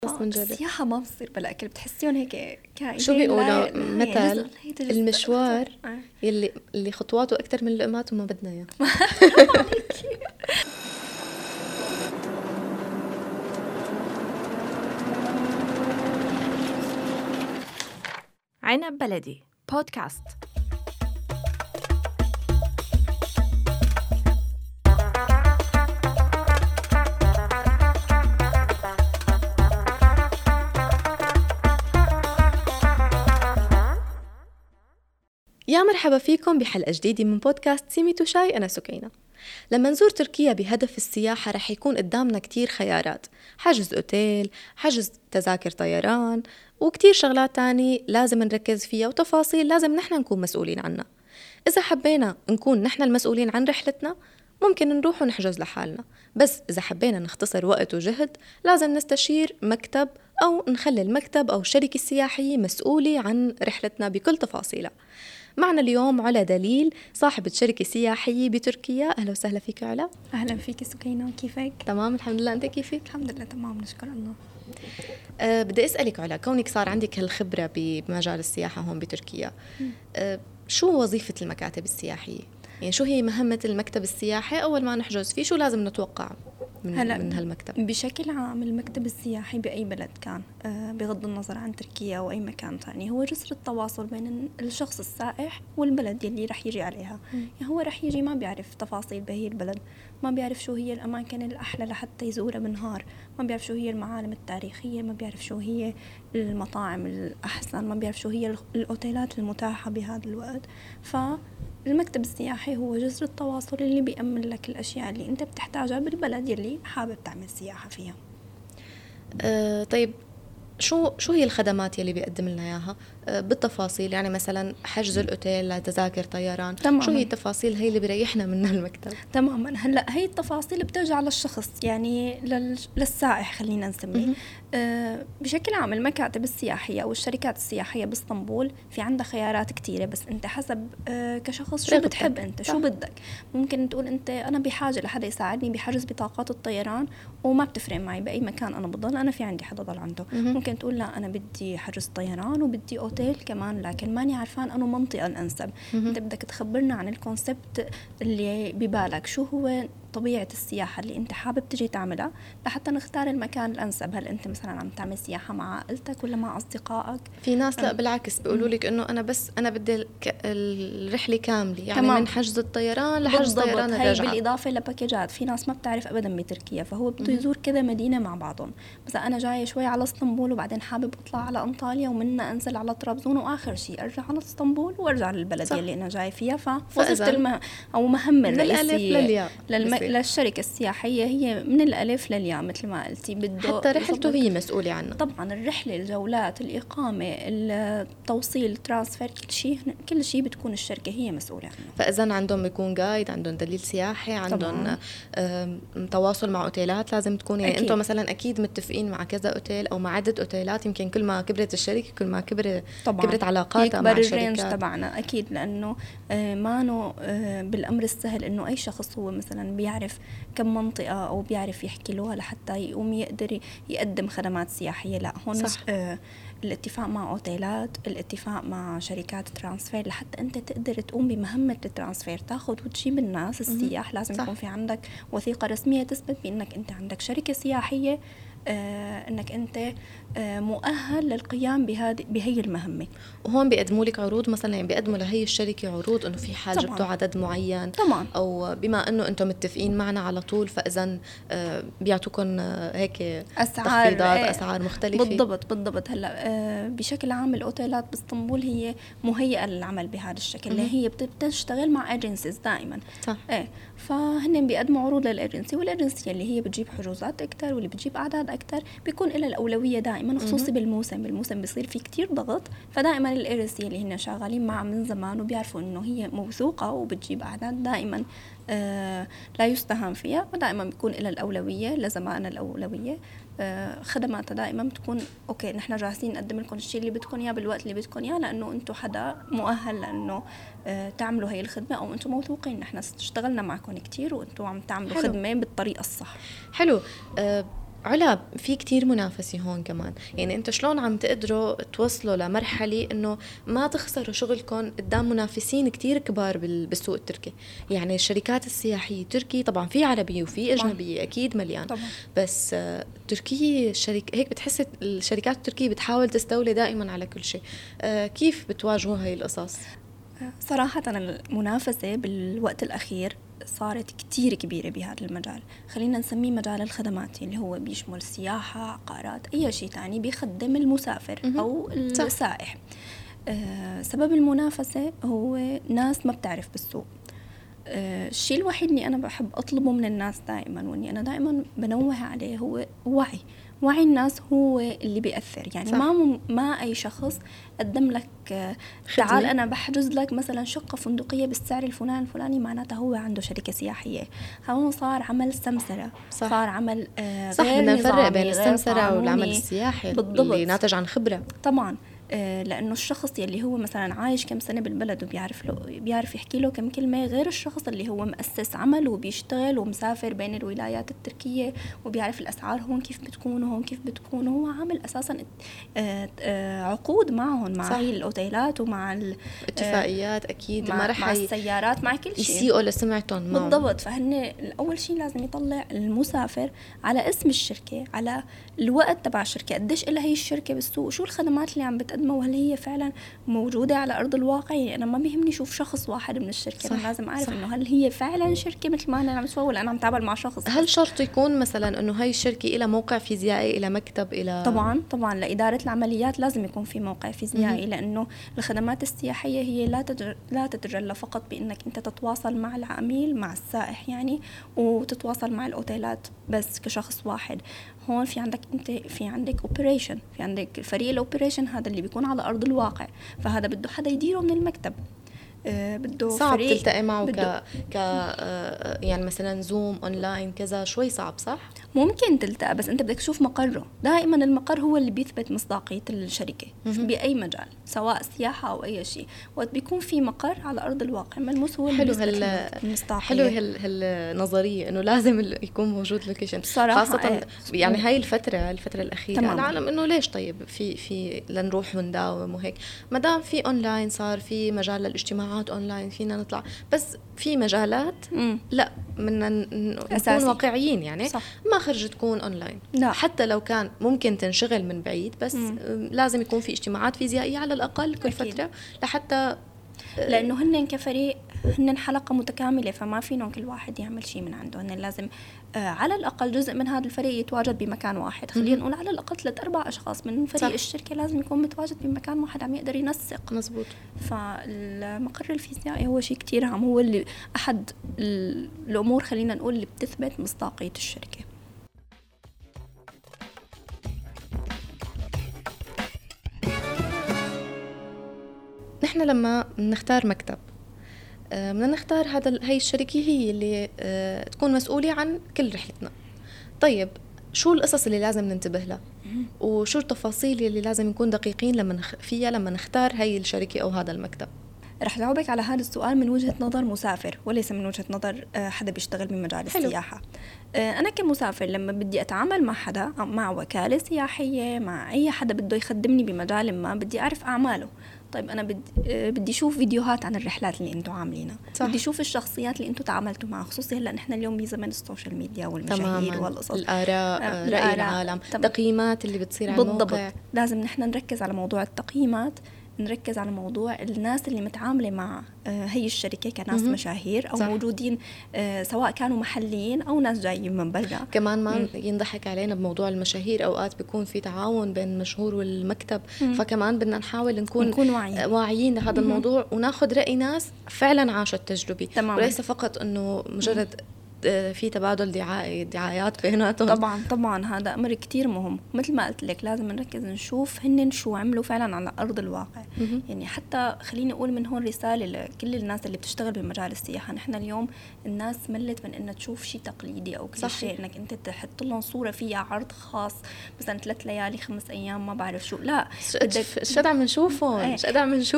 بس بنجرب. السياحة ما بصير بلا أكل، بتحسيهم هيك كائنين. شو بيقولوا مثل المشوار اللي خطواته أكتر من لقمات وما بدنا إياه. عنب بلدي بودكاست. يا مرحبا فيكم بحلقة جديدة من بودكاست سيمي تو شاي. أنا سكينة. لما نزور تركيا بهدف السياحة رح يكون قدامنا كتير خيارات، حجز أوتيل، حجز تذاكر طيران، وكتير شغلات تاني لازم نركز فيها وتفاصيل لازم نحن نكون مسؤولين عنها. إذا حبينا نكون نحن المسؤولين عن رحلتنا ممكن نروح ونحجز لحالنا، بس إذا حبينا نختصر وقت وجهد لازم نستشير مكتب أو نخلي المكتب أو الشركة السياحية مسؤولة عن رحلتنا بكل تفاصيلها. معنا اليوم علا دليل، صاحبة شركة سياحية بتركيا. أهلا وسهلا فيك علا. أهلا فيك سكينة، كيفك؟ تمام الحمد لله، أنت كيفك؟ الحمد لله تمام نشكر الله. بدي أسألك علا، كونك صار عندك هالخبرة بمجال السياحة هون بتركيا، شو وظيفة المكاتب السياحية؟ يعني شو هي مهمة المكتب السياحي أول ما نحجز فيه؟ شو لازم نتوقع من هالمكتب؟ بشكل عام المكتب السياحي بأي بلد كان، بغض النظر عن تركيا أو أي مكان ثاني، هو جسر التواصل بين الشخص السائح والبلد يلي رح يجي عليها. يعني هو رح يجي ما بيعرف تفاصيل بهي البلد، ما بيعرف شو هي الأماكن الأحلى لحتى يزورها بالنهار، ما بيعرف شو هي المعالم التاريخية، ما بيعرف شو هي المطاعم الأحسن، ما بيعرف شو هي الأوتيلات المتاحة بهذا الوقت. المكتب السياحي هو جسر التواصل اللي بيأمن لك الأشياء اللي أنت بتحتاجها بالبلد يلي حابب تعمل سياحة فيها. طيب شو هي الخدمات يلي بيقدم لنا إياها بالتفاصيل؟ يعني مثلا حجز الأوتيل، لتذاكر طيران، تماماً. شو هي التفاصيل هي اللي بريحنا من المكتب؟ تماما. هلا هي التفاصيل بترجع للشخص، يعني للسائح خلينا نسميه. بشكل عام المكاتب السياحية أو الشركات السياحية باسطنبول في عندها خيارات كتيرة، بس أنت حسب كشخص شو بتحب أنت، شو بدك. ممكن تقول أنت أنا بحاجة لحدا يساعدني بحجز بطاقات الطيران وما بتفرق معي بأي مكان أنا بضل، أنا في عندي حدا ضل عنده. ممكن تقول لا أنا بدي حجز طيران وبدي أوتيل كمان، لكن ماني عارفان أنه منطقة الأنسب. أنت بدك تخبرنا عن الكونسبت اللي ببالك، شو هو طبيعة السياحة اللي أنت حابب تجي تعملها لحتى نختار المكان الأنسب. هل أنت مثلا عم تعمل سياحة مع عائلتك ولا مع أصدقائك؟ في ناس لا بالعكس بيقولوا لك إنه أنا بدي الرحلة كاملة، يعني تمام. من حجز الطيران لحجز طيران هاي الرجعة. بالإضافة لباكيجات. في ناس ما بتعرف أبدا بتركيا، فهو بده يزور كذا مدينة مع بعضهم. مثلا أنا جاية شوي على اسطنبول وبعدين حابب أطلع على أنطاليا ومنها أنزل على طرابزون وآخر شيء أرجع على اسطنبول وأرجع للبلد صح. يلي أنا جاي فيها. فوظيفة أو مهمة الرئيسية للشركة السياحية هي من الألف للياء مثل ما قلتي. بده حتى رحلته هي مسؤولة عنه. طبعا الرحلة، الجولات، الإقامة، التوصيل، ترانسفير، كل شيء بتكون الشركة هي مسؤولة عنه. فإذا عندهم يكون جايد، عندهم دليل سياحي، عندهم تواصل مع أوتيلات لازم تكون، يعني أنتم مثلا أكيد متفقين مع كذا أوتيل أو مع عدة أوتيلات. يمكن كل ما كبرت الشركة كل ما كبرت علاقاتها مع الشركات. الرينج تبعنا أكيد، لأنه ما بالأمر السهل إنه أي شخص هو مثلا بيعرف كم منطقة أو بيعرف يحكي لغة لحتى يقوم يقدر يقدم خدمات سياحية. لا هون الاتفاق مع أوتيلات، الاتفاق مع شركات ترانسفير لحتى أنت تقدر تقوم بمهمة الترانسفير، تاخد وتجيب الناس السياح. لازم يكون في عندك وثيقة رسمية تثبت بأنك أنت عندك شركة سياحية، أنك أنت مؤهل للقيام بهي المهمة. وهون بيقدموا لك عروض مثلا، يعني بيقدموا لهي الشركة عروض إنه في حال جبتوا عدد معين طبعا. أو بما إنه أنتم متفقين معنا على طول فإذا بيعطوكم هيك تخفيضات، أسعار مختلفة. بالضبط. هلا بشكل عام الأوتيلات باسطنبول هي مهيئة للعمل بهذا الشكل، اللي هي بتشتغل مع ايجنسيز دائما. صح. فهن بيقدموا عروض للايجنسي، والايجنسي اللي هي بتجيب حجوزات أكتر واللي بتجيب أعداد أكتر بيكون لها الأولوية دائما، خصوصي بالموسم بيصير في كتير ضغط. فدائما الايجنسي اللي هن شغالين معها من زمان وبيعرفوا إنه هي موثوقة وبتجيب أعداد دائما لا يستهان فيها، ودائما بيكون لها الأولوية، لزمانها الأولوية. خدماتها دائما بتكون أوكي، نحن جاهزين نقدم لكم الشيء اللي بدكم إياه بالوقت اللي بدكم إياه، لأنه أنتم حدا مؤهل لأنه تعملوا هاي الخدمة، أو أنتم موثوقين نحن اشتغلنا معكم كتير وأنتم عم تعملوا خدمة بالطريقة الصح. حلو. علا في كتير منافسة هون كمان، يعني انت شلون عم تقدروا توصلوا لمرحلة انه ما تخسروا شغلكم قدام منافسين كتير كبار بالسوق التركي؟ يعني الشركات السياحية تركي طبعا في عربية وفي أجنبية أكيد مليان طبعا. بس تركيا هيك بتحس الشركات التركية بتحاول تستولي دائما على كل شيء. كيف بتواجهوا هاي القصص؟ صراحة المنافسة بالوقت الأخير صارت كتير كبيرة بهذا المجال. خلينا نسميه مجال الخدمات اللي هو بيشمل سياحة، عقارات، أي شيء تاني بيخدم المسافر أو السائح. سبب المنافسة هو ناس ما بتعرف بالسوق. الشيء الوحيد اللي أنا بحب أطلبه من الناس دائما، وإني أنا دائما بنوه عليه، هو وعي الناس هو اللي بيأثر. يعني ما أي شخص قدم لك تعال أنا بحجز لك مثلا شقة فندقية بالسعر الفلاني معناته هو عنده شركة سياحية. هون صار عمل سمسرة، صار عمل غير بدنا نفرق بين السمسرة والعمل السياحي اللي ناتج عن خبرة. طبعا لأنه الشخص يلي هو مثلا عايش كم سنة بالبلد وبيعرف يحكي له كم كلمة، غير الشخص اللي هو مؤسس عمل وبيشتغل ومسافر بين الولايات التركية وبيعرف الأسعار هون كيف بتكون وهون كيف بتكون. هو عامل أساسا عقود معهم، مع هاي الأوتيلات ومع اتفاقيات أكيد، مع السيارات، مع كل شيء يسيئوا لسمعتهم بالضبط. فهن أول شيء لازم يطلع المسافر على اسم الشركة، على الوقت تبع الشركة، قديش إلها هي الشركة بالسوق، شو الخدمات اللي عم بتقدمها وهل هي فعلا موجودة على أرض الواقع. يعني أنا ما بيهمني شوف شخص واحد من الشركة، أنا لازم أعرف إنه هل هي فعلا شركة مثل ما أنا عم بسوي، ولا أنا عم تعامل مع شخص. هل شرط يكون مثلا إنه هاي الشركة إلى موقع فيزيائي، إلى مكتب، إلى طبعا لإدارة العمليات لازم يكون في موقع فيزيائي، لأنه الخدمات السياحية هي لا تتجلى فقط بإنك أنت تتواصل مع العميل، مع السائح يعني، وتتواصل مع الأوتيلات بس كشخص واحد. هون في عندك اوبريشن، في عندك فريق الاوبريشن، هذا اللي بيكون على ارض الواقع، فهذا بده حدا يديره من المكتب. بده صعب تلتقي معه يعني مثلا زوم اونلاين كذا، شوي صعب صح؟ ممكن تلتقى، بس انت بدك تشوف مقره. دائما المقر هو اللي بيثبت مصداقية الشركة باي مجال، سواء سياحة او اي شيء. وقت بيكون في مقر على ارض الواقع ملموس هو اللي بيثبت المصداقية. حلو هالنظرية انه لازم يكون موجود لوكيشن، خاصة يعني هاي الفترة الأخيرة العالم انه ليش طيب في لنروح ونداوم وهيك، ما دام في اونلاين، صار في مجال للاجتماعات اونلاين، فينا نطلع. بس في مجالات لا، بدنا نكون واقعيين يعني صح. ما خرج تكون اونلاين لا. حتى لو كان ممكن تنشغل من بعيد، بس لازم يكون في اجتماعات فيزيائية على الأقل كل فترة، لحتى لأنه هن كفريق، هن حلقة متكاملة، فما فينهم كل واحد يعمل شيء من عنده. هن لازم على الأقل جزء من هذا الفريق يتواجد بمكان واحد. خلينا نقول على الأقل 3-4 أشخاص من فريق صح. الشركة لازم يكون متواجد بمكان واحد عم يقدر ينسق. مزبوط. فالمقر الفيزيائي هو شيء كتير هام، هو اللي أحد الأمور خلينا نقول اللي بتثبت مصداقية الشركة. نحن لما نختار مكتب بدنا نختار هاي الشركة هي اللي تكون مسؤولة عن كل رحلتنا. طيب شو القصص اللي لازم ننتبه لها، وشو التفاصيل اللي لازم نكون دقيقين لما نختار هاي الشركة أو هذا المكتب؟ رح جاوبك على هذا السؤال من وجهة نظر مسافر، وليس من وجهة نظر حدا بيشتغل بمجال السياحة. أنا كمسافر لما بدي أتعامل مع حدا، مع وكالة سياحية، مع أي حدا بده يخدمني بمجال ما، بدي أعرف أعماله. طيب أنا بدي أشوف فيديوهات عن الرحلات اللي أنتوا عاملينها، بدي أشوف الشخصيات اللي أنتوا تعاملتوا معها، خصوصا هلا نحن اليوم بزمن السوشيال ميديا والمشاهير والقصص، الآراء، رأي العالم، تقييمات اللي بتصير على الموقع. بالضبط. لازم نحن نركز على موضوع التقييمات، نركز على موضوع الناس اللي متعاملة مع هي الشركة كناس مشاهير أو صح. موجودين سواء كانوا محليين أو ناس جايين من برا. كمان ما ينضحك علينا بموضوع المشاهير، أوقات بيكون في تعاون بين المشهور والمكتب، فكمان بدنا نحاول نكون واعيين لهذا الموضوع، وناخد رأي ناس فعلا عاشوا التجربة، وليس فقط أنه مجرد في تبادل دعايات بيناتهم. طبعا هذا أمر كتير مهم. مثل ما قلت لك لازم نركز نشوف هن شو عملوا فعلا على أرض الواقع. يعني حتى خليني أقول من هون رسالة لكل الناس اللي بتشتغل بمجال السياحة. نحن اليوم الناس ملت من إنها تشوف شيء تقليدي أو كل شيء، إنك أنت تحط لهم صورة فيها عرض خاص مثلا 3 ليالي 5 أيام ما بعرف شو. لا شو عم نشوفهم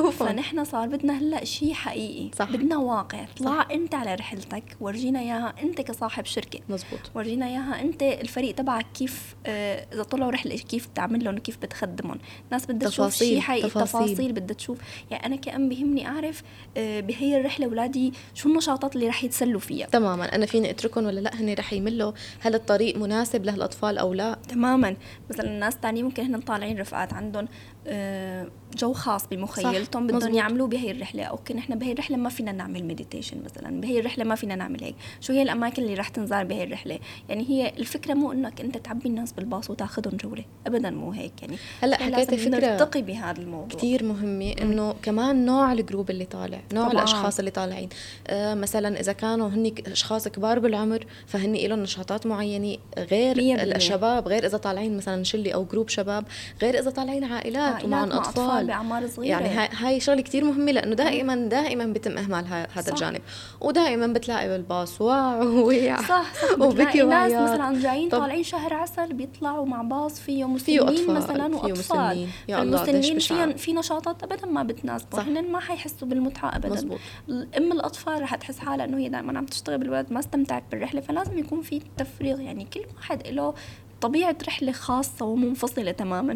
فنحن صار بدنا هلا شيء حقيقي صح. بدنا واقع. طلع أنت على رحلتك ورجينا إياها أنت أنت كصاحب شركة. مزبوط. ورينا إياها أنت الفريق تبعك كيف إذا طلعوا رحلة كيف بتعمل لهم وكيف بتخدمهم. الناس بدها تشوف شيء حقيقي، تفاصيل بدها تشوف. يعني أنا كأم بهمني أعرف بهي الرحلة أولادي شو النشاطات اللي رح يتسلوا فيها. تماما، أنا فيني أتركهم ولا لا، هن رح يملوا، هل الطريق مناسب لهالأطفال أو لا. تماما. مثلا الناس تانية ممكن هن طالعين رفقات عندهم جو خاص بمخيلتهم بدهم يعملوه بهي الرحلة. أوكي نحن بهي الرحلة ما فينا نعمل ميديتيشن مثلا، بهي الرحلة ما فينا نعمل هيك. شو هي الأماكن اللي رح تنزار بهي الرحلة؟ يعني هي الفكرة مو إنك أنت تعبي الناس بالباص وتاخذهم جولة، أبدا مو هيك. يعني هلا حكيت فكرة نرتقي بهذا الموضوع كتير مهمة، إنه كمان نوع الجروب اللي طالع، نوع طبعاً. الأشخاص اللي طالعين مثلا إذا كانوا هني أشخاص كبار بالعمر فهني إلهم نشاطات معينة غير الشباب، غير إذا طالعين مثلا شلة أو جروب شباب، غير إذا طالعين عائلات ومعهم أطفال بأعمار صغيرة. يعني هاي شغلة كتير مهمة، لأنه دائما بيتم إهمال هذا الجانب. ودائما بتلاقي بالباص ويع صح وبكي ناس مثلا جايين طالعين شهر عسل بيطلعوا مع باص فيه مسنين مثلا وأطفال. المسنين في نشاطات أبدا ما بتناسبهم، هن ما حيحسوا بالمتعة أبدا. مزبوط. الأطفال رح تحس حالها إنه هي دائما عم تشتغل بالولد، ما استمتعت بالرحلة. فلازم يكون في تفريغ، يعني كل واحد له طبيعة رحلة خاصة ومنفصلة تماما.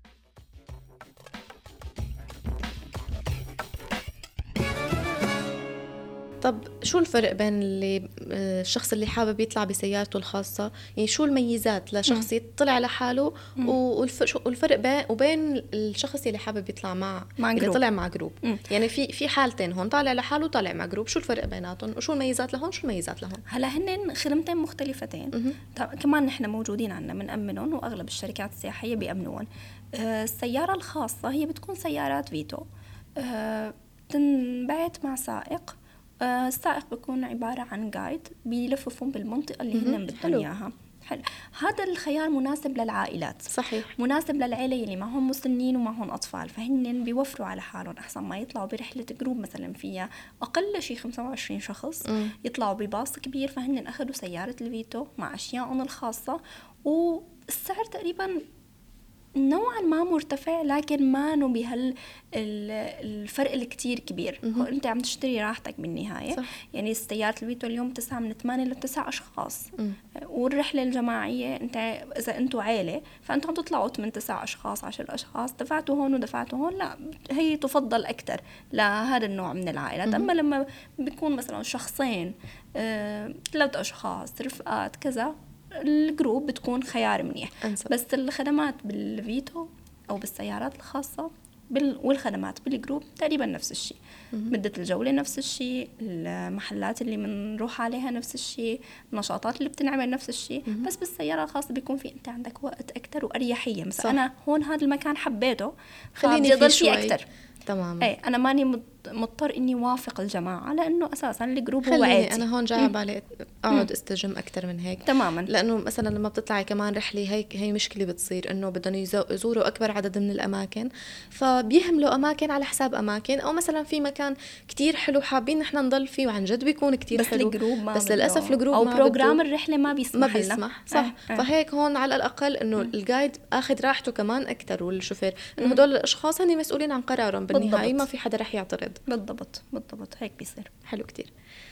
طب شو الفرق بين الشخص اللي حابب يطلع بسيارته الخاصة، يعني شو الميزات لشخص يطلع لحاله والفرق وبين الشخص اللي حابب يطلع مع اللي طلع مع جروب؟ يعني في حالتين هون، طالع لحاله وطالع مع جروب، شو الفرق بيناتهم وشو الميزات لهون شو الميزات لهون؟ هلا هن خدمتين مختلفتين. كمان نحن موجودين عنا بنأمنهم، وأغلب الشركات السياحية بيأمنون. السيارة الخاصة هي بتكون سيارات فيتو، تنبعت مع سائق. السائق بيكون عبارة عن جايد بيلففهم بالمنطقة اللي هن بدهم إياها. حلو. هذا الخيار مناسب للعائلات. صحيح. مناسب للعائلة اللي معهم مسنين ومعهم أطفال، فهن بيوفروا على حالهم أحسن ما يطلعوا برحلة جروب مثلا فيها أقل شيء 25 شخص. يطلعوا بباص كبير، فهن أخذوا سيارة الفيتو مع أشياءهم الخاصة، والسعر تقريبا نوعا ما مرتفع، لكن ما نو الفرق الكتير كبير. انت عم تشتري راحتك بالنهاية. يعني سيارة الفيتو اليوم 9 من 8 ل9 أشخاص. والرحلة الجماعية انت اذا انتوا عائلة فانتوا عم تطلعوا من 9 أشخاص 10 أشخاص، دفعتوا هون ودفعتوا هون، لا هي تفضل اكتر لهذا النوع من العائلات. اما لما بيكون مثلا شخصين 3 أشخاص رفقات كذا، الجروب بتكون خيار منيح. بس الخدمات بالفيتو أو بالسيارات الخاصة والخدمات بالجروب تقريبا نفس الشيء. مدة الجولة نفس الشيء، المحلات اللي بنروح عليها نفس الشيء، النشاطات اللي بتنعمل نفس الشيء. بس بالسيارة الخاصة بيكون في أنت عندك وقت أكتر وأريحية. مثلا أنا هون هذا المكان حبيته خليني فيه شوي أكتر. تمام. أنا ماني مضطر إني وافق الجماعة، لأنه أساساً الجروب هو عادي. أنا هون جاي بالي أقعد استجم أكتر من هيك. تماماً. لأنه مثلاً لما بتطلعي كمان رحلة هي مشكلة بتصير، إنه بدهم يزوروا أكبر عدد من الأماكن، فبيهملوا أماكن على حساب أماكن. أو مثلاً في مكان كتير حلو حابين نحن نضل فيه وعن جد بيكون كتير بس حلو، بس للأسف الجروب أو بروجرام الرحلة ما بيسمح. صح. فهيك هون على الأقل إنه الجايد أخذ راحته كمان أكتر، والشوفر إنه هدول الأشخاص هني مسؤولين عن قرارهم بالنهاية، ما في حدا رح يعترض. بالضبط هيك بيصير. حلو كتير.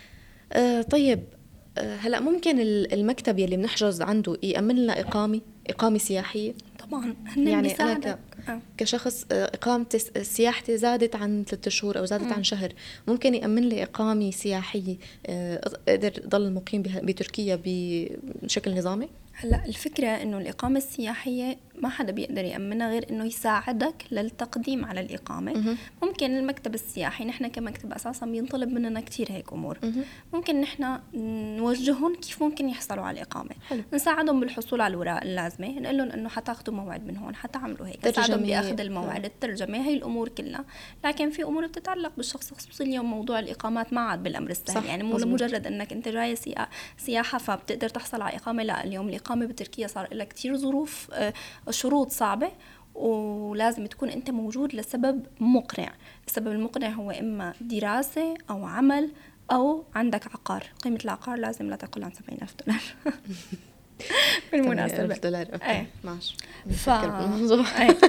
طيب هلأ ممكن المكتب يلي بنحجز عنده يأمن لنا إقامة سياحية؟ طبعا. يعني أنا كشخص إقامة سياحتي زادت عن 3 شهور أو زادت عن شهر، ممكن يأمن لي إقامة سياحية أقدر ضل مقيم بتركيا بشكل نظامي؟ هلا الفكرة إنه الإقامة السياحية ما حدا بيقدر يأمنها غير إنه يساعدك للتقديم على الإقامة. ممكن المكتب السياحي نحن كمكتب أساسا بينطلب مننا كتير هيك أمور. ممكن نحن نوجههم كيف ممكن يحصلوا على الإقامة. نساعدهم بالحصول على الوراق اللازمة، نقول لهم إنه حتاخدوا موعد من هون، حتعملوا هيك، نساعدهم بأخذ الموعد، الترجمة، هي الأمور كلها. لكن في أمور بتتعلق بالشخص، خصوصا اليوم موضوع الإقامات ما عاد بالأمر السهل. يعني مو لمجرد إنك أنت جاي سياحة فبتقدر تحصل على إقامة، لا اليوم الإقامة بتركيا صار لها كتير ظروف، شروط صعبة، ولازم تكون أنت موجود لسبب مقنع. السبب المقنع هو إما دراسة أو عمل أو عندك عقار. قيمة العقار لازم لا تقل عن $70,000 بالمناسبة. $70,000 ماشي.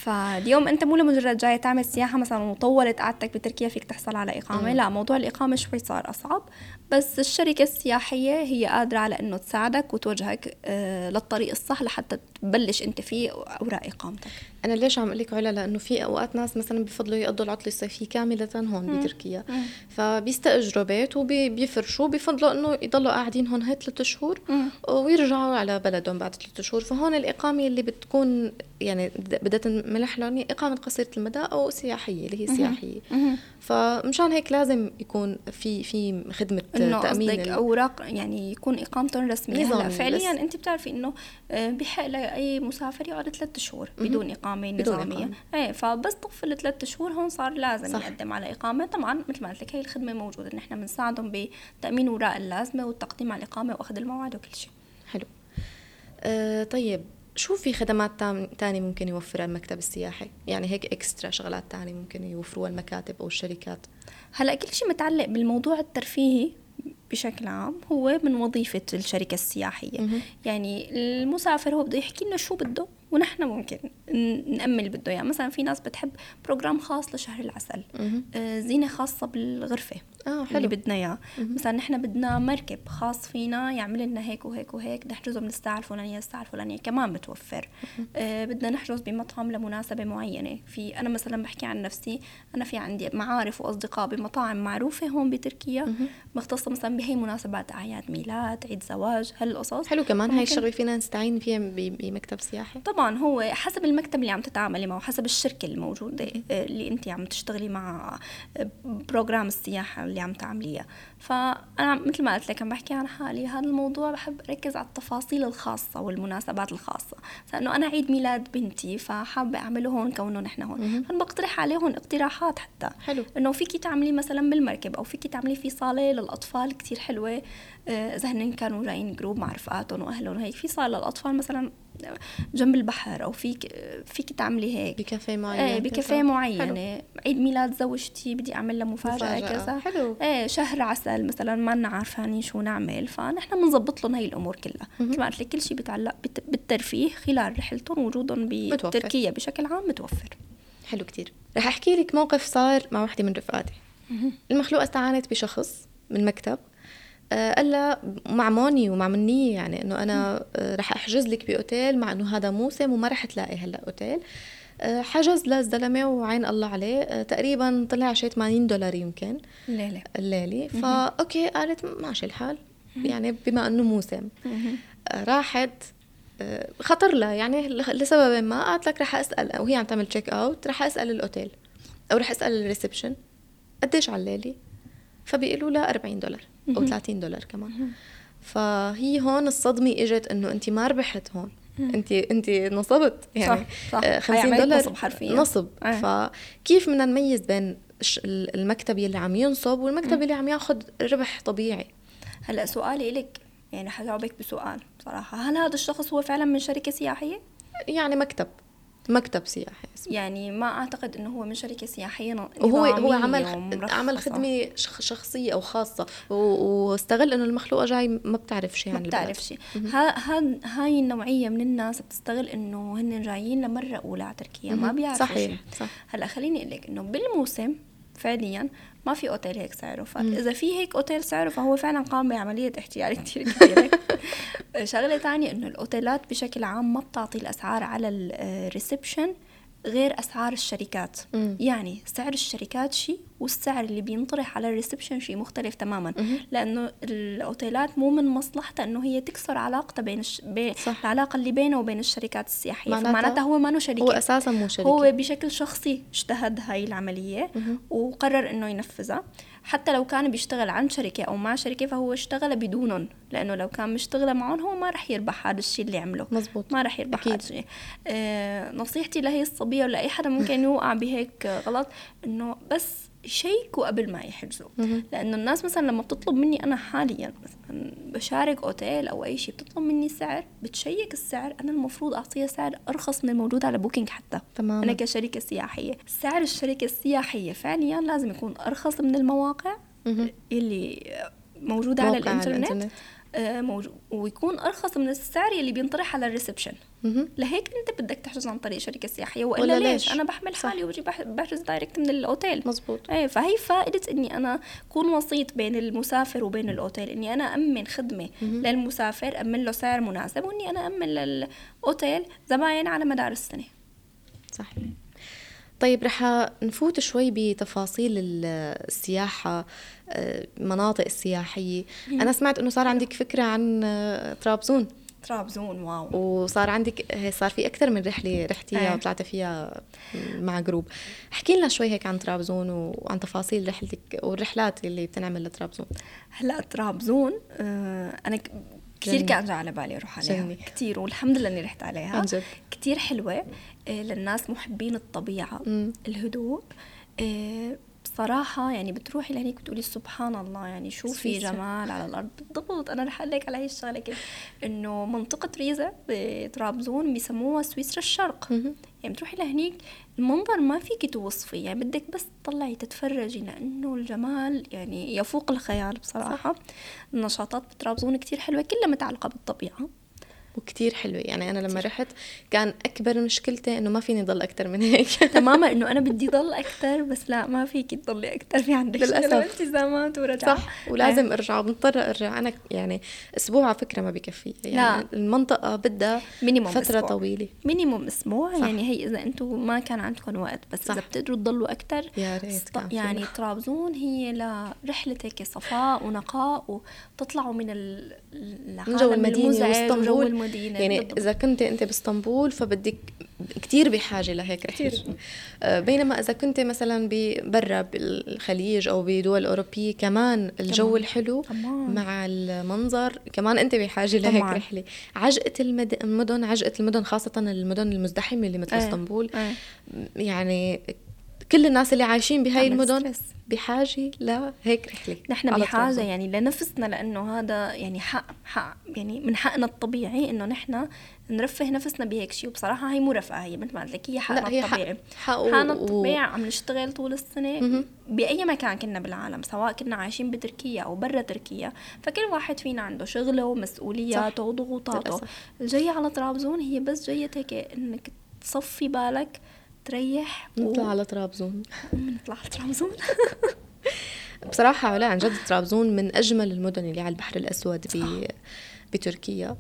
فاليوم انت مو لمجرد جاي تعمل سياحه مثلا وطولت قعدتك بتركيا فيك تحصل على اقامه، لا موضوع الاقامه شوي صار اصعب، بس الشركه السياحيه هي قادره على انه تساعدك وتوجهك للطريق الصح لحتى تبلش انت فيه اوراق اقامتك. انا ليش عم اقول لك علا؟ لانه في اوقات ناس مثلا بفضلوا يقضوا العطله الصيفيه كامله هون بتركيا، فبيستاجروا بيت وبيفرشوا، بفضلوا انه يضلوا قاعدين هون هاي 3 شهور ويرجعوا على بلدهم بعد 3 شهور. فهون الاقامه اللي بتكون يعني بدها تنملح لهم اقامه قصيره المدى او سياحيه اللي هي سياحيه. فمشان هيك لازم يكون في خدمه تامين قصدك اوراق، يعني يكون اقامتهم رسميه. هلا فعليا انت بتعرفي انه بحق لاي مسافر يقعد 3 شهور بدون اقامه نظاميه. ايه فبس طفل 3 شهور هون صار لازم يقدم على اقامه. طبعا مثل ما قلت لك هي الخدمه موجوده، ان احنا بنساعدهم بتامين اوراق اللازمه والتقديم على الاقامه واخذ الموعد وكل شيء. حلو. طيب شو في خدمات تاني ممكن يوفرها المكتب السياحي؟ يعني هيك اكسترا شغلات تاني ممكن يوفروها المكاتب او الشركات؟ هلا كل شيء متعلق بالموضوع الترفيهي بشكل عام هو من وظيفة الشركة السياحية. يعني المسافر هو بده يحكي لنا شو بده ونحن ممكن نأمل بده. يعني مثلا في ناس بتحب بروجرام خاص لشهر العسل، زينة خاصة بالغرفة اللي بدنا اياه. مثلا نحن بدنا مركب خاص فينا يعمل لنا هيك وهيك وهيك، نحجزه من الساعة الفلانية للساعة الفلانية، كمان متوفر. بدنا نحجز بمطعم لمناسبة معينة. في أنا مثلا بحكي عن نفسي، أنا في عندي معارف وأصدقاء بمطاعم معروفة هون بتركيا مختصة مثلا بهي مناسبات أعياد ميلاد، عيد زواج، هالقصص. حلو. كمان هاي الشغلة فينا نستعين فيها بمكتب سياحي. طبعا هو حسب المكتب اللي عم تتعاملي معه، حسب الشركة الموجودة اللي انت عم تشتغلي مع بروجرام السياحة اللي عم تعمليها. فأنا مثل ما قلت لك عم بحكي عن حالي، هذا الموضوع بحب أركز على التفاصيل الخاصة والمناسبات الخاصة. لأنه أنا عيد ميلاد بنتي فحابة أعمله هون كونه نحن هون، فبقترح عليهم اقتراحات حتى. حلو. إنه فيكي تعملي مثلا بالمركب، أو فيكي تعملي في صالة للأطفال كتير حلوة، إذا هن كانوا جايين جروب مع رفقاتهم وأهلهم هيك، في صالة للأطفال مثلا جنب البحر، أو فيك تعملي هيك بكافيه معين. بكافيه معينة. عيد ميلاد زوجتي بدي أعمل له مفاجأة كذا. حلو. شهر عسل مثلا ما لنا عارفين شو نعمل، فنحن بنظبط لهم هاي الأمور كلها. كما قلت لك كل شيء بتعلق بالترفيه خلال رحلتهم وجودهم بتركيا بشكل عام متوفر. حلو كتير. رح أحكي لك موقف صار مع واحدة من رفقاتي. المخلوقة استعانت بشخص من مكتب، قال لا مع موني ومع منية، يعني انه انا رح احجز لك باوتيل، مع انه هذا موسم وما رح تلاقي هلا اوتيل. حجز للزلمه وعين الله عليه، تقريبا طلع شيء $80 يمكن الليله. فاوكي قالت ماشي الحال، يعني بما انه موسم. راحت خطر لها يعني لسبب ما، قالت لك رح اسال، وهي عم تعمل تشيك اوت، رح اسال الاوتيل او رح اسال الريسبشن قديش على الليله، فبيقولوا لها $40 أو $30 كمان. فهي هون الصدمة إجت إنه أنت ما ربحت هون، أنت نصبت يعني. صح. $50 نصب حرفيا، نصب. فكيف بدنا نميز بين المكتب اللي عم ينصب والمكتب اللي عم ياخد ربح طبيعي؟ هلا سؤالي إلك، يعني حجاوبك بسؤال صراحة، هل هذا الشخص هو فعلا من شركة سياحية؟ يعني مكتب سياحي اسمه. يعني ما أعتقد إنه هو من شركة سياحية هو عمل خدمة شخصية أو خاصة، واستغل إنه المخلوقة جاي ما بتعرف شيء عن البلد. ما بتعرف شيء. هاي النوعية من الناس بتستغل إنه هن جايين لمرة أولى على تركيا، ما بيعرفوا شيء. صح. هلا خليني أقول لك إنه بالموسم فعليا ما في أوتيل هيك سعره، فإذا في هيك أوتيل سعره فهو فعلا قام بعملية احتيال كتير كبيرة. شغلة تانية إنه الأوتيلات بشكل عام ما بتعطي الأسعار على الريسبشن غير أسعار الشركات. يعني سعر الشركات شيء والسعر اللي بينطرح على الريسبشن شيء مختلف تماما. لأنه الأوتيلات مو من مصلحتها إنه هي تكسر علاقتها العلاقة اللي بينه وبين الشركات السياحية. فمعناتها هو ما شركة، هو أساسا مو شركة، هو بشكل شخصي اجتهد هاي العملية وقرر إنه ينفذها. حتى لو كان بيشتغل عن شركة أو مع شركة فهو اشتغل بدونهم، لأنه لو كان مشتغل معهم هو ما رح يربح هذا الشيء اللي عمله. مزبوط. ما رح يربح هذا الشيء. نصيحتي لهي الصبية ولا أي حدا ممكن يوقع بهيك غلط، إنه بس شيكوا قبل ما يحجزوا. لأنه الناس مثلا لما بتطلب مني أنا حاليا مثلا بشارك أوتيل أو أي شيء، بتطلب مني سعر، بتشيك السعر، أنا المفروض أعطيها سعر أرخص من الموجود على بوكينج حتى. تمام. أنا كشركة سياحية سعر الشركة السياحية فعليا لازم يكون أرخص من المواقع اللي موجودة على الإنترنت. ويكون أرخص من السعر اللي بينطرح على الريسبشن. لهيك أنت بدك تحجز عن طريق شركة سياحية، وإلا ليش أنا بحمل حالي وبجي بحجز دايركت من الأوتيل. مزبوط. فهي فائدة إني أنا أكون وسيط بين المسافر وبين الأوتيل، إني أنا أمن خدمة للمسافر، أمن له سعر مناسب، وإني أنا أمن للأوتيل زباين على مدار السنة. صحيح. طيب رح نفوت شوي بتفاصيل السياحة، مناطق السياحية. أنا سمعت أنه صار عندك فكرة عن طرابزون. واو. وصار عندك، صار في أكثر من رحلة رحتيها وطلعت فيها مع جروب. احكي لنا شوي هيك عن طرابزون وعن تفاصيل رحلتك والرحلات اللي بتنعمل لطرابزون. هلا طرابزون أنا كتير كان جاء على بالي أروح عليها كتير، والحمد لله إني رحت عليها. كتير حلوة للناس محبين الطبيعة، الهدوء. بصراحة يعني بتروحي لهنيك بتقولي سبحان الله، يعني شوفي جمال على الأرض. بالضبط أنا رح أقلك على هاي الشغلة كده، إنه منطقة ريزا بطرابزون بيسموها سويسرا الشرق. يعني بتروحي لهنيك المنظر ما فيك توصفي، يعني بدك بس تطلعي تتفرجي، لأنه الجمال يعني يفوق الخيال بصراحة. النشاطات بطرابزون كتير حلوة، كلها متعلقة بالطبيعة وكتير حلوة. يعني أنا لما رحت كان أكبر مشكلتي إنه ما فيني ضل أكتر من هيك. تماما، إنه أنا بدي ضل أكتر، بس لا ما فيكي تضلي أكتر، في عندك للأسف التزامات ورجع. صح، ولازم أرجع ومضطرة أرجع. أنا يعني أسبوع على فكرة ما بكفي، يعني لا. المنطقة بدها فترة أسبوع. طويلة، مينيموم أسبوع. صح. يعني هي إذا أنتوا ما كان عندكم وقت، بس صح. إذا بتقدروا تضلوا أكتر يا ريت. يعني طرابزون هي لرحلة هيك صفاء ونقاء، وتطلعوا من جو المدينة واسطنبول. يعني بالضبط. إذا كنت أنت باسطنبول فبدك كتير بحاجة لهيك رحلة. بينما إذا كنت مثلا برا بالخليج أو بدول أوروبية كمان الجو الحلو مع المنظر كمان أنت بحاجة لهيك رحلة. عجقة المدن خاصة المدن المزدحمة اللي مثل اسطنبول، يعني كل الناس اللي عايشين بهاي المدن بحاجة لهيك رحلة. نحن بحاجة يعني لنفسنا، لأنه هذا يعني حق يعني من حقنا الطبيعي إنه نحن نرفه نفسنا بهيك شيء. وبصراحة هي مو رفاه، هي مثل ما قلت لك هي حقنا الطبيعي. حقنا الطبيعي عم نشتغل طول السنة بأي مكان كنا بالعالم، سواء كنا عايشين بتركيا أو برا تركيا. فكل واحد فينا عنده شغله ومسؤولياته وضغوطاته. الجاية على طرابزون هي بس جاية هيك إنك تصفي بالك، تريح نطلع على طرابزون. نطلع على طرابزون. بصراحة علا عن جد طرابزون من أجمل المدن اللي على البحر الأسود بتركيا.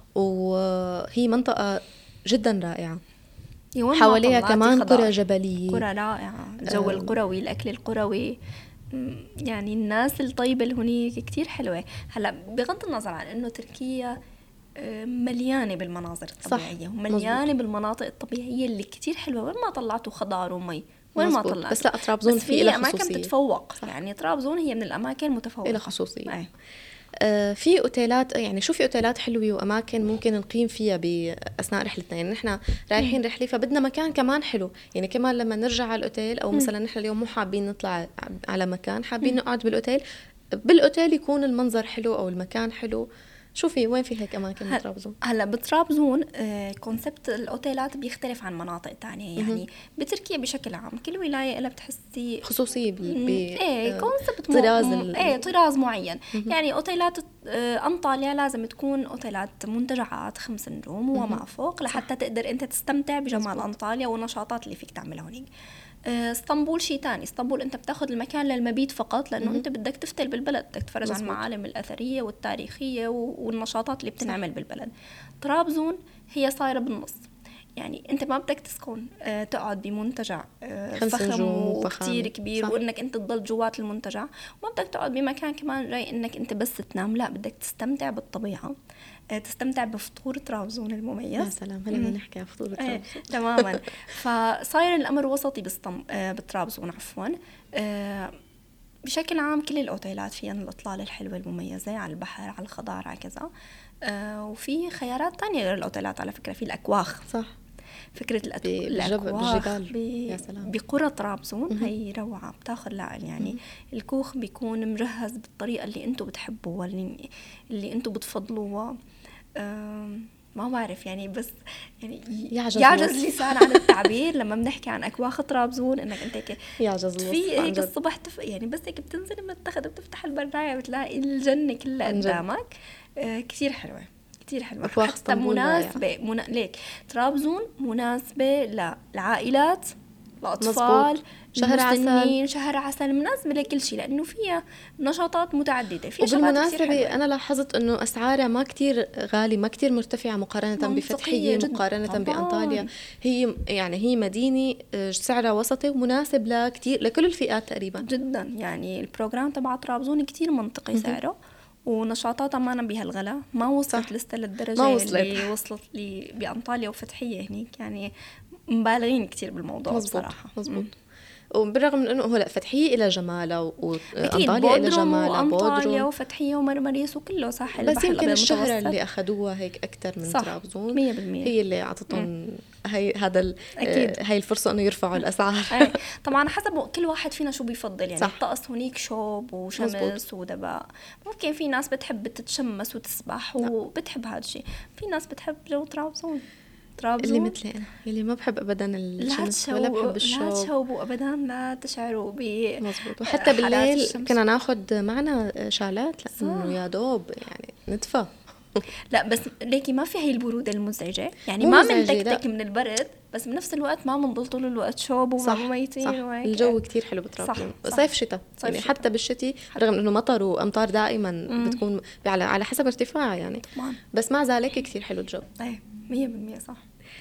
وهي منطقة جدا رائعة، حواليها كمان قرى جبلية، قرى رائعة، الجو القروي، الأكل القروي، يعني الناس الطيبة اللي هناك كتير حلوة. هلا بغض النظر عن إنه تركيا مليانة بالمناظر الطبيعية ومليانة بالمناطق الطبيعية اللي كتير حلوة، وين ما طلعتوا خضار ومي وين ما طلعت. بس لا طرابزون في أماكن بتتفوق. يعني طرابزون هي من الأماكن المتفوقة إلى خصوصية. في أوتيلات، يعني شو في أوتيلات حلوة وأماكن ممكن نقيم فيها بأثناء رحلتنا. يعني نحن رايحين رحلة فبدنا مكان كمان حلو، يعني كمان لما نرجع على الأوتيل أو مثلا نحن اليوم مو حابين نطلع على مكان، حابين نقعد بالأوتيل يكون المنظر حلو أو المكان حلو. شوفي وين في هيك أماكن بطرابزون؟ هلا بطرابزون كونسبت الأوتيلات بيختلف عن مناطق تانية. يعني بتركيا بشكل عام كل ولاية لها بتحسي خصوصية كونسبت طراز معين. يعني أوتيلات أنطاليا لازم تكون أوتيلات منتجعات 5 نجوم وما فوق لحتى تقدر أنت تستمتع بجمال أنطاليا والنشاطات اللي فيك تعملها هناك. اسطنبول شيء تاني. اسطنبول انت بتاخذ المكان للمبيت فقط، لانه انت بدك تفتل بالبلد، بدك تتفرج على المعالم الاثريه والتاريخيه والنشاطات اللي بتنعمل بالبلد. طرابزون هي صايره بالنص، يعني انت ما بدك تسكن تقعد بمنتجع فخم وكتير كبير وانك انت تضل جوات المنتجع، وما بدك تقعد بمكان كمان جاي انك انت بس تنام. لا، بدك تستمتع بالطبيعه، تستمتع بفطور طرابزون المميز. يا سلام، هلا نحكي عن فطور طرابزون. تماما. فصاير الامر وسطي بطرابزون عفوا. بشكل عام كل الاوتيلات فيها الاطلال الحلوه المميزه على البحر، على الخضار، على كذا. وفي خيارات تانية غير الاوتيلات على فكره. في الاكواخ، صح، فكره الاكواخ بقرى طرابزون هي روعه. بتاخذ يعني الكوخ بيكون مجهز بالطريقه اللي انتم بتحبوها، اللي انتم بتفضلوها. ما بعرف يعني، بس يعني يعجز لسان عن التعبير لما بنحكي عن أكواخ طرابزون. إنك أنت في هيك الصبح يعني بس هيك بتنزل من التخت وبتفتح البراية بتلاقي الجنة كلها قدامك. كتير حلوة كتير حلوة، حتى مناسبة ليك طرابزون مناسبة للعائلات، الأطفال، شهر عسل، شهر عسل مناسبة لكل شيء لأنه فيها نشاطات متعددة. فيها وبالمناسبة أنا لاحظت أنه أسعارها ما كتير غالي، ما كتير مرتفعة مقارنة بفتحية، مقارنة بأنطاليا. هي يعني هي مدينة سعرها وسطي ومناسب لكل الفئات تقريبا جدا. يعني البروجرام تبع طرابزون كتير منطقي سعره، ونشاطاتها ما بها الغلا، ما وصلت لسه للدرجة اللي وصلت لي بأنطاليا وفتحية هنيك، يعني مبالغين كتير بالموضوع بصراحة. مزبوط. وبالرغم من انه هو لا فتحيه الى جمالها وانطاليا الى جمالها، بودروم وفتحيه ومرمريس وكله ساحل بس يمكن الشهرة اللي اخذوها هيك اكثر من طرابزون 100% هي اللي اعطتهم هاي الفرصه انه يرفعوا الاسعار. طبعا حسب كل واحد فينا شو بيفضل، يعني الطقس هنيك شوب وشمس ودباء. ممكن في ناس بتحب تتشمس وتسبح وبتحب هذا الشيء، في ناس بتحب جو طرابزون اللي مثلي أنا اللي ما بحب أبدا الشمس ولا بحب الشوب. لا تشوبوا أبدا، لا تشعروا مزبوط. وحتى بالليل كنا ناخد معنا شالات لأنه يا دوب يعني ندفى. لا بس ليكي ما في هي البرودة المزعجة، يعني ما منتكتك من البرد، بس بنفس الوقت ما منضل طول الوقت شوب وميتين. الجو كتير حلو بطرابزون، صيف شتاء يعني حتى بالشتي رغم انه مطر وامطار دائما بتكون على حسب ارتفاعها يعني بس مع ذلك كتير حلو الجو. 100% صح.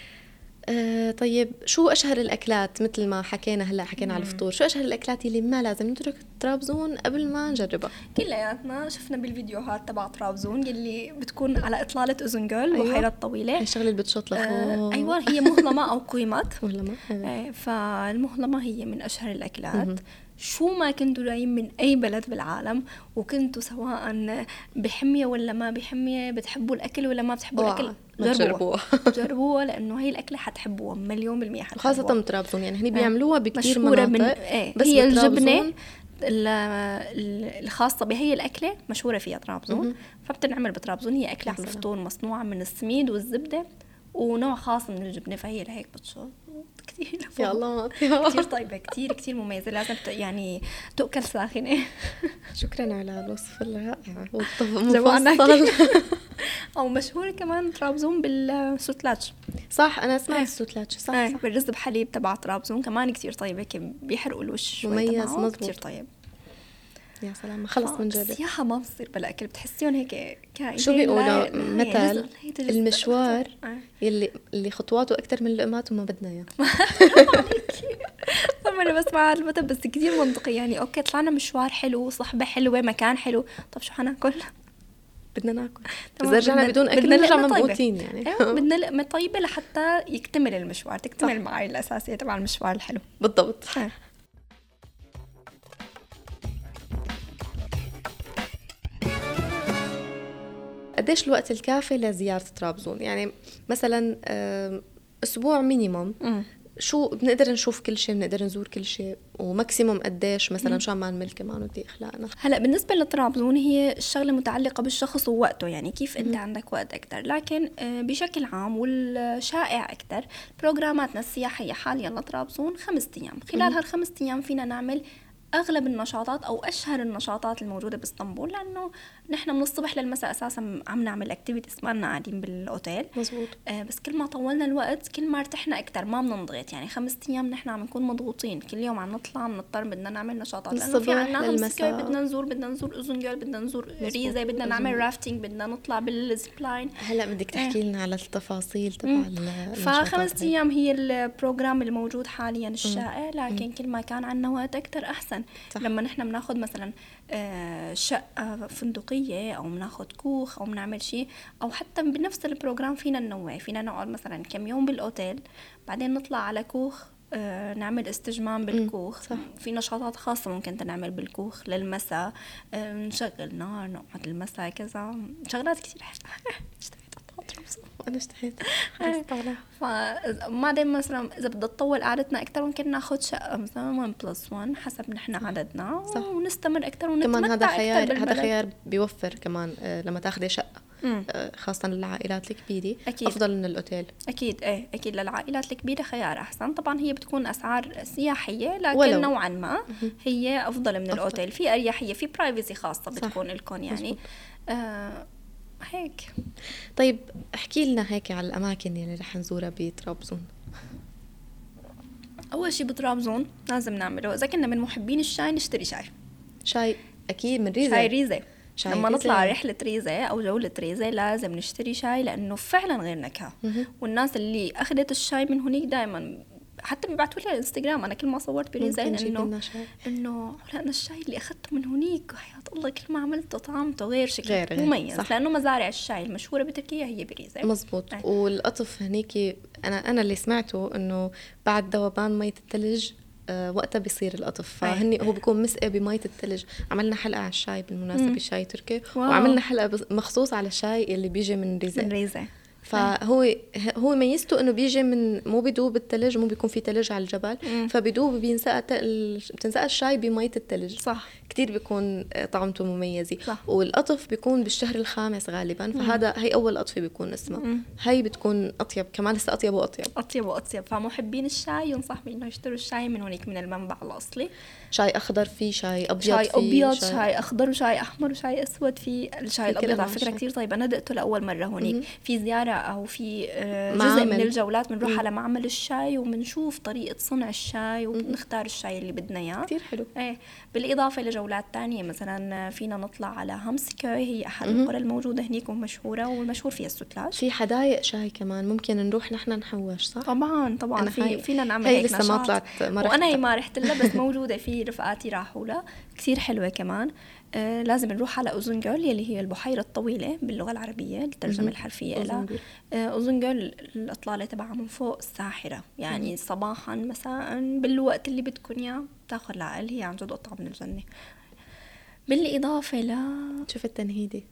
طيب شو أشهر الأكلات؟ مثل ما حكينا حكينا على الفطور، شو أشهر الأكلات اللي ما لازم نترك طرابزون قبل ما نجربها؟ كلياتنا شفنا بالفيديوهات تبع طرابزون اللي بتكون على إطلالة أوزنجول بحيرة طويلة، الشغلة اللي بتشط لفوق. أيوة هي مهلمة أو قيمت مهلمة. فالمهلمة هي من أشهر الأكلات. شو ما كنتوا جايين من أي بلد بالعالم وكنتوا سواء بحمية ولا ما بحمية، بتحبوا الأكل ولا ما بتحبوا الأكل، جربوها لأنه هي الأكلة حتحبوها 100% حتحبوها. خاصة طرابزون يعني هني بيعملوها بكتير مناطق بس هي الجبنة الخاصة بهي الأكلة مشهورة فيها طرابزون، فبتنعمل بطرابزون. هي أكلة على الفطور مصنوعة من السميد والزبدة ونوع خاص من الجبنة، فهي لهيك بتشوف كتير يا الله كتير طيبة، كتير مميزة، لازم يعني تؤكل ساخنة. شكرا على الوصف الرائع والمفصل. أو مشهور كمان طرابزون بالسوتلاتش. صح أنا سمعت السوتلاتش. صح بالرز بحليب تبع طرابزون كمان كتير طيبة، بيحرقوا الوش مميز مظبوط كتير طيب. يا سلام خلص بنجرب. السياحة ما بصير بلا أكل، بتحسيون هيك كائنين. شو بيقولوا مثل المشوار اللي خطواته أكتر من اللقمات وما بدنا إياه. أنا بس مع المثل بس كتير منطقي، يعني أوكي طلعنا مشوار حلو، صحبة حلوة، مكان حلو، طب شو حناكل؟ بدنا ناكل. إذا رجعنا بدون أكل نرجع ممقوتين يعني. بدنا لقمة طيبة لحتى يكتمل المشوار، تكتمل المعايير الأساسية تبع المشوار الحلو. بالضبط. قديش الوقت الكافي لزيارة طرابزون؟ يعني مثلا أسبوع مينيموم، شو بنقدر نشوف كل شيء، بنقدر نزور كل شيء، وماكسيموم قديش مثلا شو ما نعمل كمان ودي أخلاقنا. هلا بالنسبة لطرابزون هي الشغلة متعلقة بالشخص ووقته، يعني كيف أنت عندك وقت أكتر، لكن بشكل عام والشائع أكتر بروجراماتنا السياحية حاليا لطرابزون 5 أيام. خلال هال5 أيام فينا نعمل أغلب النشاطات أو أشهر النشاطات الموجودة باسطنبول، لأنه نحن من الصبح للمساء أساسا عم نعمل أكتيفيتيز، ما لنا قاعدين بالأوتيل. مزبوط. بس كل ما طولنا الوقت كل ما ارتحنا أكتر، ما بنضغط. يعني 5 أيام نحن عم نكون مضغوطين، كل يوم عم نطلع بنضطر بدنا نعمل نشاطات، لأنه في عنا مسكوي بدنا نزور أوزنجول، بدنا نزور ريزة، بدنا نعمل رافتينج، بدنا نطلع بالزبلاين. هلا بدك تحكي لنا على التفاصيل تبع ف5 أيام هي البروجرام الموجود حاليا الشائع، لكن كل ما كان عنا وقت أكتر أحسن. صح. لما نحن بناخد مثلا شقة فندقية أو بناخد كوخ أو بنعمل شيء، أو حتى بنفس البروجرام فينا ننوع، فينا نقعد مثلا كم يوم بالأوتيل، بعدين نطلع على كوخ نعمل استجمام بالكوخ. صح. في نشاطات خاصة ممكن نعمل بالكوخ للمساء، نشغل نار نقعد المساء كذا، شغلات كتير حلوة. أنا اشتهيت. بعدين مثلا إذا بدها تطول قعدتنا أكتر ممكن ناخد شقة مثلا 1+1 حسب نحن عددنا. صح. ونستمر أكتر ونتمتع كمان هذا خيار، هذا خيار بيوفر كمان لما تاخدي شقة خاصة للعائلات الكبيرة. أكيد. أفضل من الأوتيل. أكيد أكيد للعائلات الكبيرة خيار أحسن. طبعا هي بتكون أسعار سياحية لكن نوعا ما هي أفضل من الأوتيل، في أريحية، في برايفسي خاصة بتكون لكم يعني. هيك. طيب احكي لنا هيك على الأماكن اللي رح نزورها بطرابزون. أول شي بطرابزون لازم نعمله إذا كنا من محبين الشاي نشتري شاي أكيد من ريزة. شاي ريزة. شاي لما ريزة. نطلع رحلة ريزة أو جولة ريزة لازم نشتري شاي لأنه فعلا غير نكهة. والناس اللي أخذت الشاي من هناك دائما حتى بيبعتوا لي على الانستغرام انا كل ما صورت بريزة انه لا انا الشاي اللي اخذته من هنيك وحياة الله كل ما عملته طعمته غير شكل مميز صح. لانه مزارع الشاي المشهوره بتركيا هي بريزة. مزبوط. والقطف هنيك انا اللي سمعته انه بعد ذوبان مية الثلج وقتها بيصير القطف. فهني هو بيكون مسقى بمية الثلج. عملنا حلقة على الشاي بالمناسبة الشاي تركي. وعملنا حلقة مخصوص على الشاي اللي بيجي من ريزة. فهو ميزته انه بيجي من مو بيدوب الثلج مو بيكون في ثلج على الجبل فبيدوب بتنسقى الشاي بمية الثلج صح. كتير بيكون طعمته مميزة. والقطف بيكون بالشهر الخامس غالبا فهذا هي اول قطفة بيكون اسمها هي بتكون اطيب كمان لسه اطيب واطيب. فمحبين الشاي ينصح انه يشتروا الشاي من هناك من المنبع الاصلي. شاي اخضر فيه شاي ابيض شاي اخضر وشاي احمر وشاي اسود. في الشاي الابيض على فكرة كتير طيب. انا دقته لاول مرة هناك في زيارة أو في جزء من الجولات بنروح على معمل الشاي وبنشوف طريقة صنع الشاي وبنختار الشاي اللي بدنا إياه. كتير حلو. بالإضافة لجولات تانية مثلا فينا نطلع على هامسكوي هي أحد القرى الموجودة هنيك ومشهورة والمشهور فيها السوتلاج. في حدايق شاي كمان ممكن نروح نحن نحوش صح؟ طبعا فينا نعمل هيك نشاط. لسه ما طلعت وأنا هي ما رحت لها بس موجودة في رفقاتي راحوا لها كتير حلوة كمان. لازم نروح على أوزنجول يلي هي البحيرة الطويلة باللغة العربية الترجمة الحرفية لها. أوزنجول الإطلالة تبعها من فوق الساحرة يعني صباحا مساء بالوقت اللي بدكن إياه تاخذ العقل. هي عن جد قطعة من الجنة. بالإضافة شوف التنهيدي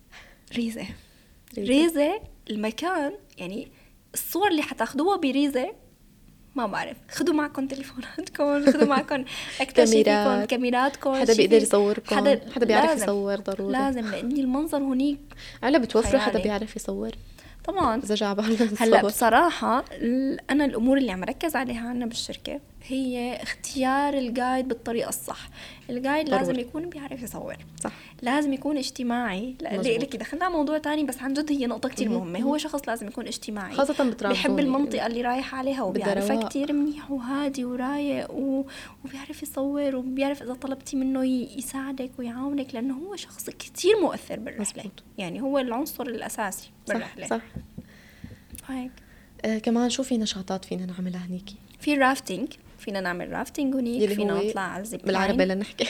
ريزة المكان يعني الصور اللي حتاخدوها بريزة ما بعرف. خدوا معكم تليفوناتكم خدوا معكم أكتر كاميراتكم حدا بيقدر يصوركم حدا بيعرف يصور ضروري لازم لأن المنظر هناك على بتوفروا حدا بيعرف يصور طبعا. إذا جاب هلا بصراحة أنا الأمور اللي عم ركز عليها عنا بالشركة هي اختيار الجايد بالطريقة الصح. الجايد لازم يكون بيعرف يصور صح. لازم يكون اجتماعي. لك دخلنا موضوع تاني بس عن جد هي نقطة كتير مهمة. هو شخص لازم يكون اجتماعي خاصة بطرابزون بيحب المنطقة اللي رايح عليها وبيعرفها كتير منيح وهادي ورايق وبيعرف يصور وبيعرف إذا طلبتي منه يساعدك ويعاونك لأنه هو شخص كتير مؤثر بالرحلة. يعني هو العنصر الأساسي بالرحلة. صح. هيك. كمان شو في نشاطات فينا نعملها هنيكي؟ في رافتينج فينا نعمل رافتينج هنيك. فينا نطلع على الزيب لاين بالعربي لنحكي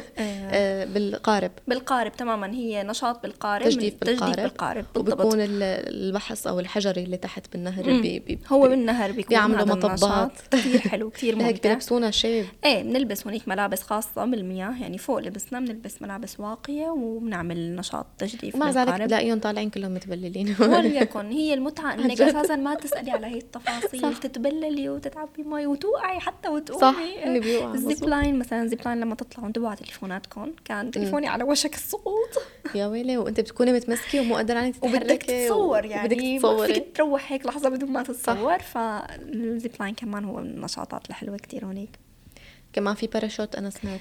بالقارب تماما. هي نشاط بالقارب تجديف بالقارب وبيكون البحص أو الحجري اللي تحت بالنهر هو بالنهر بيكون بيعملوا مطبات كتير حلو كتير ممتع. هيك بيلبسونا شيب بنلبس هنيك ملابس خاصة بالمياه يعني فوق لبسنا بنلبس ملابس واقية وبنعمل نشاط تجديف ومع ذلك بلاقيهم طالعين كلهم متبللين وليكن هي المتعة انك اساسا ما تسألي على هي التفاصيل تتبللي وتتعبي مي وتوقعي حتى وتقومي. الزيب لاين مثلا الزيب لاين لما تطلعوا انتبهوا على تليفوناتكم. كان تليفوني على وشك السقوط يا ويلي وانت بتكوني متمسكه ومو قادره عليك تتحركي وبدك تصور يعني ما فيك تروح هيك لحظه بدون ما تتصور. فالزيب لاين كمان هو من النشاطات الحلوه كتير هونيك. كمان في باراشوت انا سمعت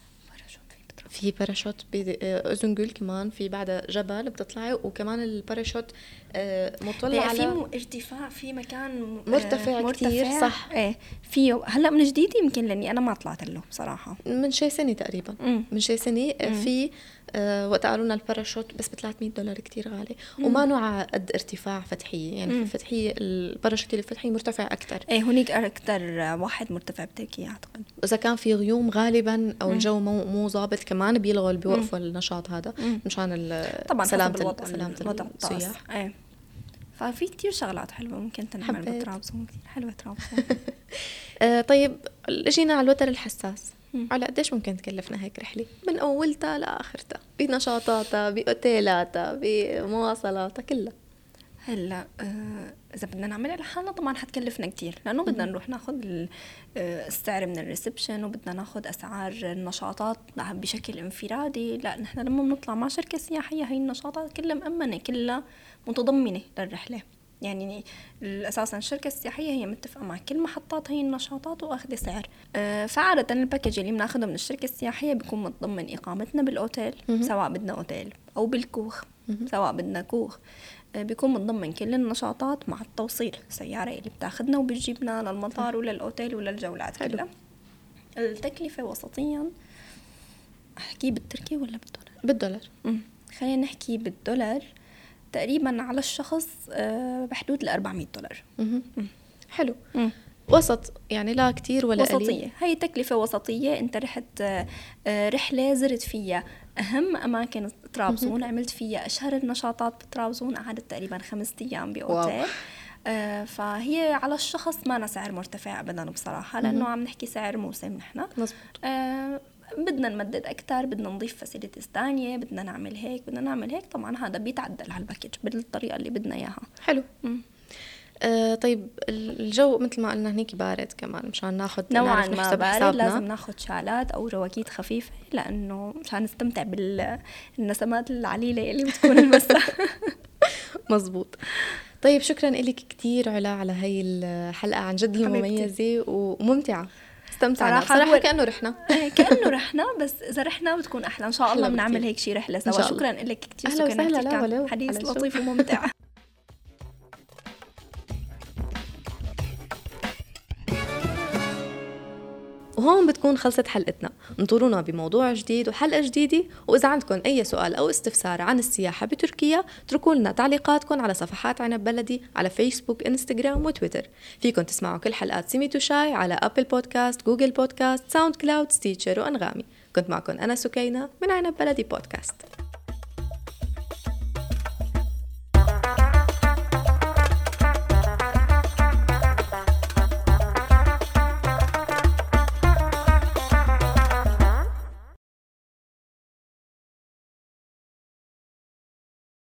في باراشوت بأوزنجول كمان في بعد جبل بتطلعي وكمان الباراشوت مطلع على في ارتفاع في مكان مرتفع كتير صح. فيه هلا من جديد يمكن لاني انا ما طلعت له بصراحه من شي سنه تقريبا من شي سنه في وقت قالوا لنا الباراشوت بس $300 كتير غالي وما نوع قد ارتفاع فتحيه يعني في فتحيه الباراشوت اللي فتحيه مرتفع اكثر. هنيك اكثر واحد مرتفع بتركيا اعتقد. اذا كان في غيوم غالبا او الجو مو ضابط كمان بيوقفوا النشاط هذا مشان سلامه السياح. ففي كتير شغلات حلوة ممكن تنعمل بطرابزون كتير حلوة طرابزون. طيب اجينا على الوتر الحساس. على قديش ممكن تكلفنا هيك رحلة من أولتها لآخرتها بنشاطاتها بأوتيلاتها بمواصلاتها كلها؟ هلا إذا بدنا نعملها لحالنا طبعا حتكلفنا كتير لأنه بدنا نروح ناخد السعر من الريسبشن وبدنا ناخد أسعار النشاطات بشكل انفرادي. لا نحن لما بنطلع مع شركة سياحية هاي النشاطات كلها مأمنة كلها متضمنة للرحلة. يعني أساساً الشركة السياحية هي متفقة مع كل محطات هي النشاطات وأخذ سعر. فعادة الباكيج اللي بناخده من الشركة السياحية بيكون متضمن إقامتنا بالأوتيل سواء بدنا أوتيل أو بالكوخ سواء بدنا كوخ بيكون متضمن كل النشاطات مع التوصيل، سيارة اللي بتاخدنا وبتجيبنا للمطار وللأوتيل وللجولات كلها. التكلفة وسطيا، أحكي بالتركي ولا بالدولار؟ بالدولار. خلينا نحكي بالدولار، تقريبا على الشخص بحدود $400. حلو. وسط يعني، لا كتير ولا وسطية قليل. هي تكلفة وسطية. انت رحت رحلة زرت فيها أهم أماكن طرابزون، عملت فيها أشهر النشاطات بطرابزون، قعدت تقريبا 5 أيام بأوتيل. فهي على الشخص ما سعر مرتفع أبدا بصراحة، لأنه عم نحكي سعر موسم نحن. بدنا نمدد أكتر، بدنا نضيف فاسيلتيز تانية، بدنا نعمل هيك بدنا نعمل هيك، طبعا هذا بيتعدل على الباكيج بالطريقة اللي بدنا إياها. حلو. طيب الجو مثل ما قلنا هنيك بارد كمان، مشان ناخد نوعا ما بارد، لازم ناخد شالات أو رواكيت خفيفة، لأنه مشان نستمتع بالنسمات العليلة اللي بتكون المساء. مزبوط. طيب شكرا لك كتير علا على هاي الحلقة عن جد المميزة وممتعة، استمتعنا صراحة كأنه رحنا بس إذا رحنا بتكون أحلى إن شاء الله. بنعمل هيك شي رحلة سوا. شكرا لك كتير سكينة، كان حديث لطيف وممتع. وهون بتكون خلصت حلقتنا. انطرونا بموضوع جديد وحلقة جديدة، وإذا عندكم أي سؤال أو استفسار عن السياحة بتركيا اتركوا لنا تعليقاتكم على صفحات عنب بلدي على فيسبوك، انستغرام وتويتر. فيكم تسمعوا كل حلقات سيمي تو شاي على أبل بودكاست، جوجل بودكاست، ساوند كلاود، ستيتشر وأنغامي. كنت معكم أنا سكينة من عنب بلدي بودكاست.